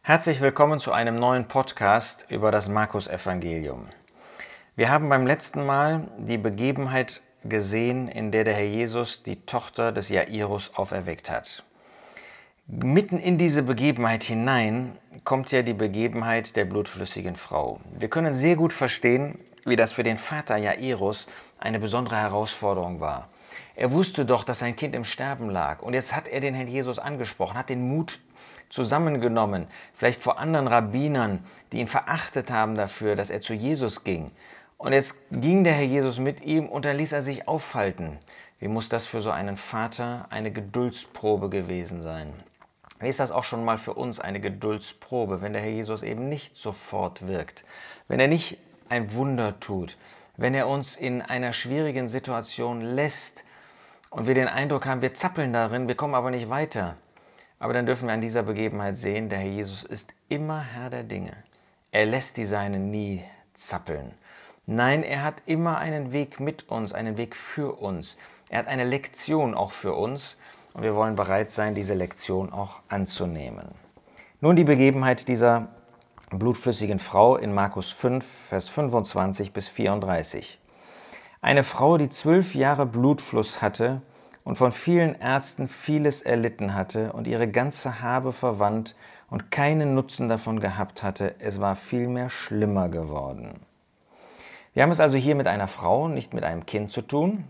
Herzlich willkommen zu einem neuen Podcast über das Markus-Evangelium. Wir haben beim letzten Mal die Begebenheit gesehen, in der der Herr Jesus die Tochter des Jairus auferweckt hat. Mitten in diese Begebenheit hinein kommt ja die Begebenheit der blutflüssigen Frau. Wir können sehr gut verstehen, wie das für den Vater Jairus eine besondere Herausforderung war. Er wusste doch, dass sein Kind im Sterben lag. Und jetzt hat er den Herrn Jesus angesprochen, hat den Mut zusammengenommen, vielleicht vor anderen Rabbinern, die ihn verachtet haben dafür, dass er zu Jesus ging. Und jetzt ging der Herr Jesus mit ihm und dann ließ er sich aufhalten. Wie muss das für so einen Vater eine Geduldsprobe gewesen sein? Wie ist das auch schon mal für uns eine Geduldsprobe, wenn der Herr Jesus eben nicht sofort wirkt, wenn er nicht ein Wunder tut, wenn er uns in einer schwierigen Situation lässt und wir den Eindruck haben, wir zappeln darin, wir kommen aber nicht weiter. Aber dann dürfen wir an dieser Begebenheit sehen, der Herr Jesus ist immer Herr der Dinge. Er lässt die Seinen nie zappeln. Nein, er hat immer einen Weg mit uns, einen Weg für uns. Er hat eine Lektion auch für uns und wir wollen bereit sein, diese Lektion auch anzunehmen. Nun die Begebenheit dieser blutflüssigen Frau in Markus 5, Vers 25 bis 34. Eine Frau, die 12 Jahre Blutfluss hatte und von vielen Ärzten vieles erlitten hatte und ihre ganze Habe verwandt und keinen Nutzen davon gehabt hatte, es war vielmehr schlimmer geworden. Wir haben es also hier mit einer Frau, nicht mit einem Kind zu tun.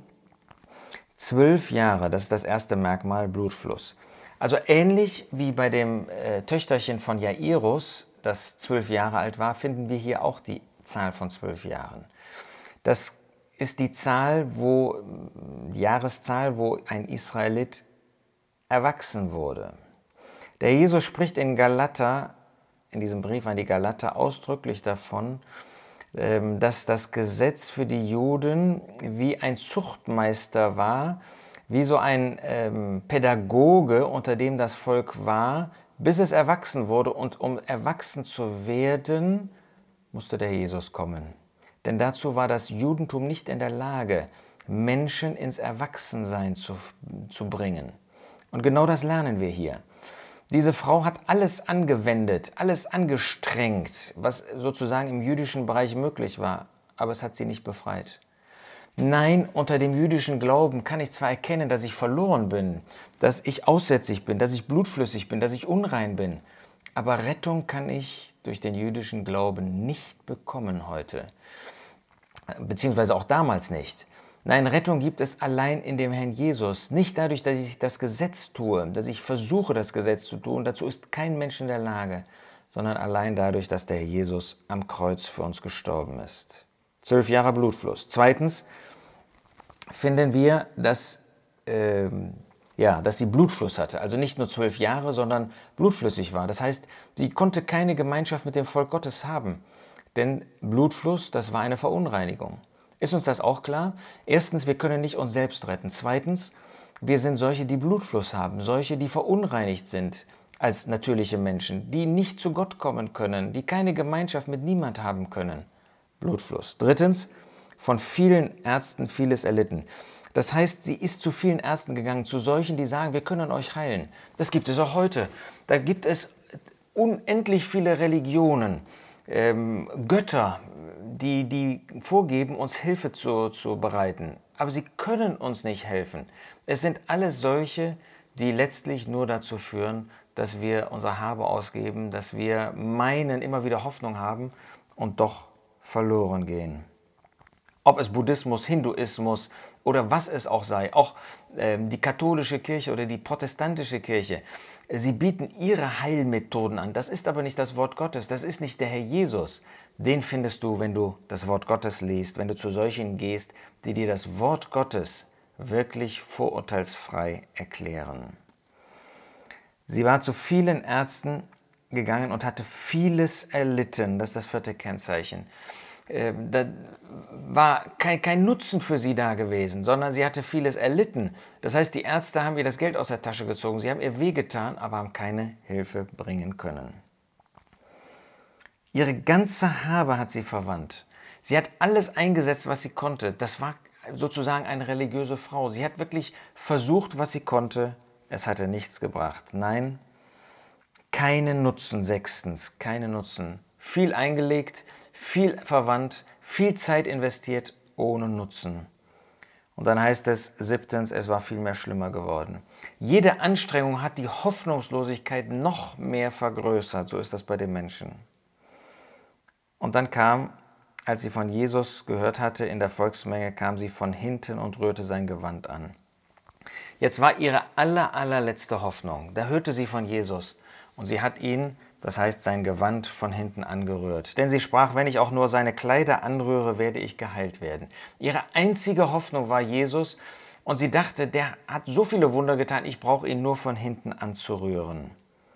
12 Jahre, das ist das erste Merkmal, Blutfluss. Also ähnlich wie bei dem Töchterchen von Jairus, das 12 Jahre alt war, finden wir hier auch die Zahl von 12 Jahren. Das ist die Jahreszahl, wo ein Israelit erwachsen wurde. Der Jesus spricht in Galater, in diesem Brief an die Galater, ausdrücklich davon, dass das Gesetz für die Juden wie ein Zuchtmeister war, wie so ein Pädagoge, unter dem das Volk war, bis es erwachsen wurde. Und um erwachsen zu werden, musste der Jesus kommen. Denn dazu war das Judentum nicht in der Lage, Menschen ins Erwachsensein zu bringen. Und genau das lernen wir hier. Diese Frau hat alles angewendet, alles angestrengt, was sozusagen im jüdischen Bereich möglich war, aber es hat sie nicht befreit. Nein, unter dem jüdischen Glauben kann ich zwar erkennen, dass ich verloren bin, dass ich aussätzig bin, dass ich blutflüssig bin, dass ich unrein bin, aber Rettung kann ich durch den jüdischen Glauben nicht bekommen heute, beziehungsweise auch damals nicht. Nein, Rettung gibt es allein in dem Herrn Jesus. Nicht dadurch, dass ich das Gesetz tue, dass ich versuche, das Gesetz zu tun. Dazu ist kein Mensch in der Lage, sondern allein dadurch, dass der Herr Jesus am Kreuz für uns gestorben ist. 12 Jahre Blutfluss. Zweitens finden wir, dass sie Blutfluss hatte. Also nicht nur 12 Jahre, sondern blutflüssig war. Das heißt, sie konnte keine Gemeinschaft mit dem Volk Gottes haben. Denn Blutfluss, das war eine Verunreinigung. Ist uns das auch klar? Erstens, wir können nicht uns selbst retten. Zweitens, wir sind solche, die Blutfluss haben, solche, die verunreinigt sind als natürliche Menschen, die nicht zu Gott kommen können, die keine Gemeinschaft mit niemand haben können. Blutfluss. Drittens, von vielen Ärzten vieles erlitten. Das heißt, sie ist zu vielen Ärzten gegangen, zu solchen, die sagen, wir können euch heilen. Das gibt es auch heute. Da gibt es unendlich viele Religionen, Götter, die vorgeben, uns Hilfe zu bereiten. Aber sie können uns nicht helfen. Es sind alles solche, die letztlich nur dazu führen, dass wir unser Habe ausgeben, dass wir meinen, immer wieder Hoffnung haben und doch verloren gehen. Ob es Buddhismus, Hinduismus oder was es auch sei, auch die katholische Kirche oder die protestantische Kirche, sie bieten ihre Heilmethoden an. Das ist aber nicht das Wort Gottes, das ist nicht der Herr Jesus. Den findest du, wenn du das Wort Gottes liest, wenn du zu solchen gehst, die dir das Wort Gottes wirklich vorurteilsfrei erklären. Sie war zu vielen Ärzten gegangen und hatte vieles erlitten. Das ist das 4. Kennzeichen. Da war kein Nutzen für sie da gewesen, sondern sie hatte vieles erlitten. Das heißt, die Ärzte haben ihr das Geld aus der Tasche gezogen, sie haben ihr wehgetan, aber haben keine Hilfe bringen können. Ihre ganze Habe hat sie verwandt. Sie hat alles eingesetzt, was sie konnte. Das war sozusagen eine religiöse Frau. Sie hat wirklich versucht, was sie konnte. Es hatte nichts gebracht. Nein, Keinen Nutzen, sechstens, keinen Nutzen. Viel eingelegt, viel verwandt, viel Zeit investiert, ohne Nutzen. Und dann heißt es, siebtens, es war viel mehr schlimmer geworden. Jede Anstrengung hat die Hoffnungslosigkeit noch mehr vergrößert, so ist das bei den Menschen. Und dann kam, als sie von Jesus gehört hatte, in der Volksmenge kam sie von hinten und rührte sein Gewand an. Jetzt war ihre allerletzte Hoffnung. Da hörte sie von Jesus und sie hat ihn, das heißt sein Gewand, von hinten angerührt. Denn sie sprach, wenn ich auch nur seine Kleider anrühre, werde ich geheilt werden. Ihre einzige Hoffnung war Jesus und sie dachte, der hat so viele Wunder getan, ich brauche ihn nur von hinten anzurühren.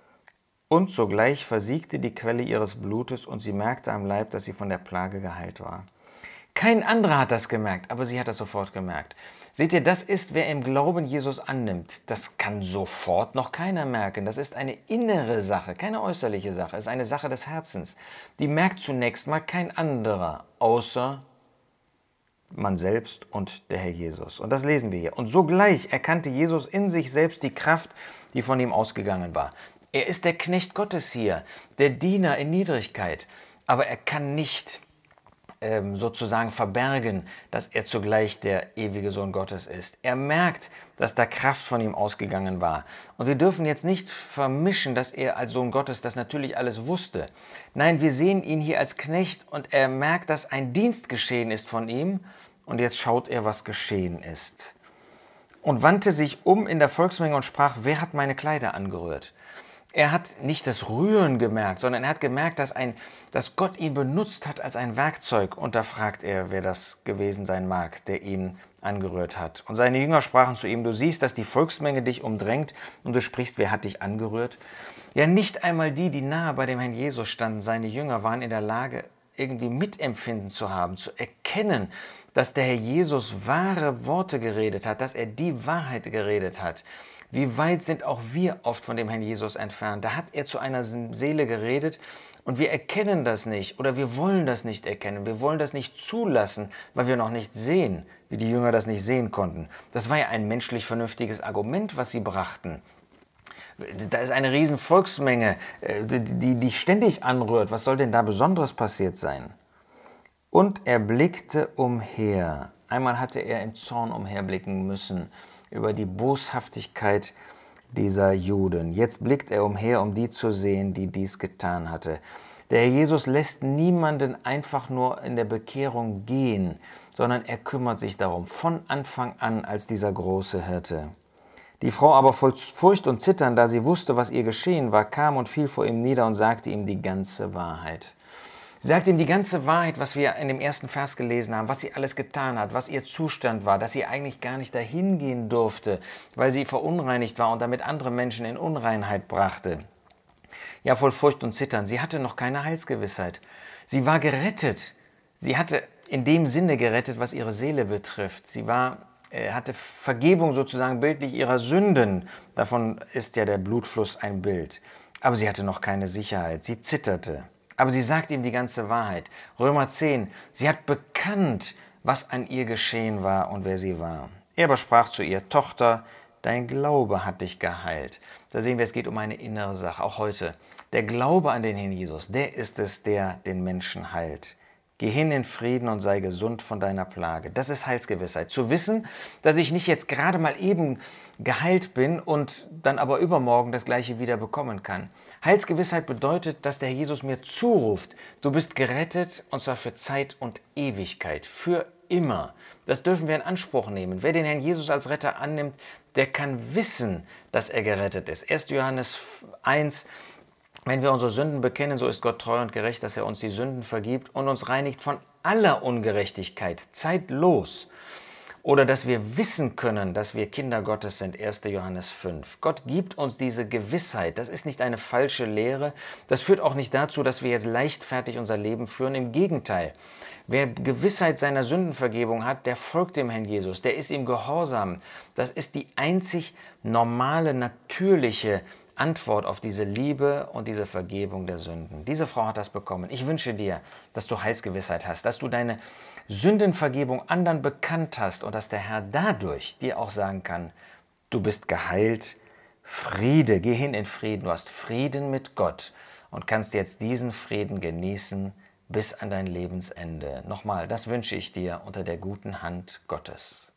Und sogleich versiegte die Quelle ihres Blutes und sie merkte am Leib, dass sie von der Plage geheilt war. Kein anderer hat das gemerkt, aber sie hat das sofort gemerkt. Seht ihr, das ist, wer im Glauben Jesus annimmt. Das kann sofort noch keiner merken. Das ist eine innere Sache, keine äußerliche Sache. Es ist eine Sache des Herzens. Die merkt zunächst mal kein anderer, außer man selbst und der Herr Jesus. Und das lesen wir hier. Und sogleich erkannte Jesus in sich selbst die Kraft, die von ihm ausgegangen war. Er ist der Knecht Gottes hier, der Diener in Niedrigkeit. Aber er kann nicht sozusagen verbergen, dass er zugleich der ewige Sohn Gottes ist. Er merkt, dass da Kraft von ihm ausgegangen war. Und wir dürfen jetzt nicht vermischen, dass er als Sohn Gottes das natürlich alles wusste. Nein, wir sehen ihn hier als Knecht und er merkt, dass ein Dienst geschehen ist von ihm und jetzt schaut er, was geschehen ist. Und wandte sich um in der Volksmenge und sprach, wer hat meine Kleider angerührt? Er hat nicht das Rühren gemerkt, sondern er hat gemerkt, dass Gott ihn benutzt hat als ein Werkzeug. Und da fragt er, wer das gewesen sein mag, der ihn angerührt hat. Und seine Jünger sprachen zu ihm, du siehst, dass die Volksmenge dich umdrängt und du sprichst, wer hat dich angerührt? Ja, nicht einmal die nahe bei dem Herrn Jesus standen, seine Jünger, waren in der Lage, irgendwie Mitempfinden zu haben, zu erkennen, dass der Herr Jesus wahre Worte geredet hat, dass er die Wahrheit geredet hat. Wie weit sind auch wir oft von dem Herrn Jesus entfernt? Da hat er zu einer Seele geredet und wir erkennen das nicht oder wir wollen das nicht erkennen. Wir wollen das nicht zulassen, weil wir noch nicht sehen, wie die Jünger das nicht sehen konnten. Das war ja ein menschlich vernünftiges Argument, was sie brachten. Da ist eine riesen Volksmenge, die ständig anrührt. Was soll denn da Besonderes passiert sein? Und er blickte umher. Einmal hatte er im Zorn umherblicken müssen über die Boshaftigkeit dieser Juden. Jetzt blickt er umher, um die zu sehen, die dies getan hatte. Der Herr Jesus lässt niemanden einfach nur in der Bekehrung gehen, sondern er kümmert sich darum, von Anfang an als dieser große Hirte. Die Frau aber voll Furcht und Zittern, da sie wusste, was ihr geschehen war, kam und fiel vor ihm nieder und sagte ihm die ganze Wahrheit. Sie sagt ihm die ganze Wahrheit, was wir in dem ersten Vers gelesen haben, was sie alles getan hat, was ihr Zustand war, dass sie eigentlich gar nicht dahin gehen durfte, weil sie verunreinigt war und damit andere Menschen in Unreinheit brachte. Ja, voll Furcht und Zittern. Sie hatte noch keine Heilsgewissheit. Sie war gerettet. Sie hatte in dem Sinne gerettet, was ihre Seele betrifft. Sie hatte Vergebung sozusagen bildlich ihrer Sünden. Davon ist ja der Blutfluss ein Bild. Aber sie hatte noch keine Sicherheit. Sie zitterte. Aber sie sagt ihm die ganze Wahrheit. Römer 10, sie hat bekannt, was an ihr geschehen war und wer sie war. Er aber sprach zu ihr, Tochter, dein Glaube hat dich geheilt. Da sehen wir, es geht um eine innere Sache, auch heute. Der Glaube an den Herrn Jesus, der ist es, der den Menschen heilt. Geh hin in Frieden und sei gesund von deiner Plage. Das ist Heilsgewissheit. Zu wissen, dass ich nicht jetzt gerade mal eben geheilt bin und dann aber übermorgen das Gleiche wieder bekommen kann. Heilsgewissheit bedeutet, dass der Herr Jesus mir zuruft, du bist gerettet und zwar für Zeit und Ewigkeit, für immer. Das dürfen wir in Anspruch nehmen. Wer den Herrn Jesus als Retter annimmt, der kann wissen, dass er gerettet ist. 1. Johannes 1, wenn wir unsere Sünden bekennen, so ist Gott treu und gerecht, dass er uns die Sünden vergibt und uns reinigt von aller Ungerechtigkeit, zeitlos. Oder dass wir wissen können, dass wir Kinder Gottes sind, 1. Johannes 5. Gott gibt uns diese Gewissheit. Das ist nicht eine falsche Lehre. Das führt auch nicht dazu, dass wir jetzt leichtfertig unser Leben führen. Im Gegenteil. Wer Gewissheit seiner Sündenvergebung hat, der folgt dem Herrn Jesus. Der ist ihm gehorsam. Das ist die einzig normale, natürliche Antwort auf diese Liebe und diese Vergebung der Sünden. Diese Frau hat das bekommen. Ich wünsche dir, dass du Heilsgewissheit hast, dass du deine Sündenvergebung anderen bekannt hast und dass der Herr dadurch dir auch sagen kann, du bist geheilt Friede. Geh hin in Frieden. Du hast Frieden mit Gott und kannst jetzt diesen Frieden genießen bis an dein Lebensende. Nochmal, das wünsche ich dir unter der guten Hand Gottes.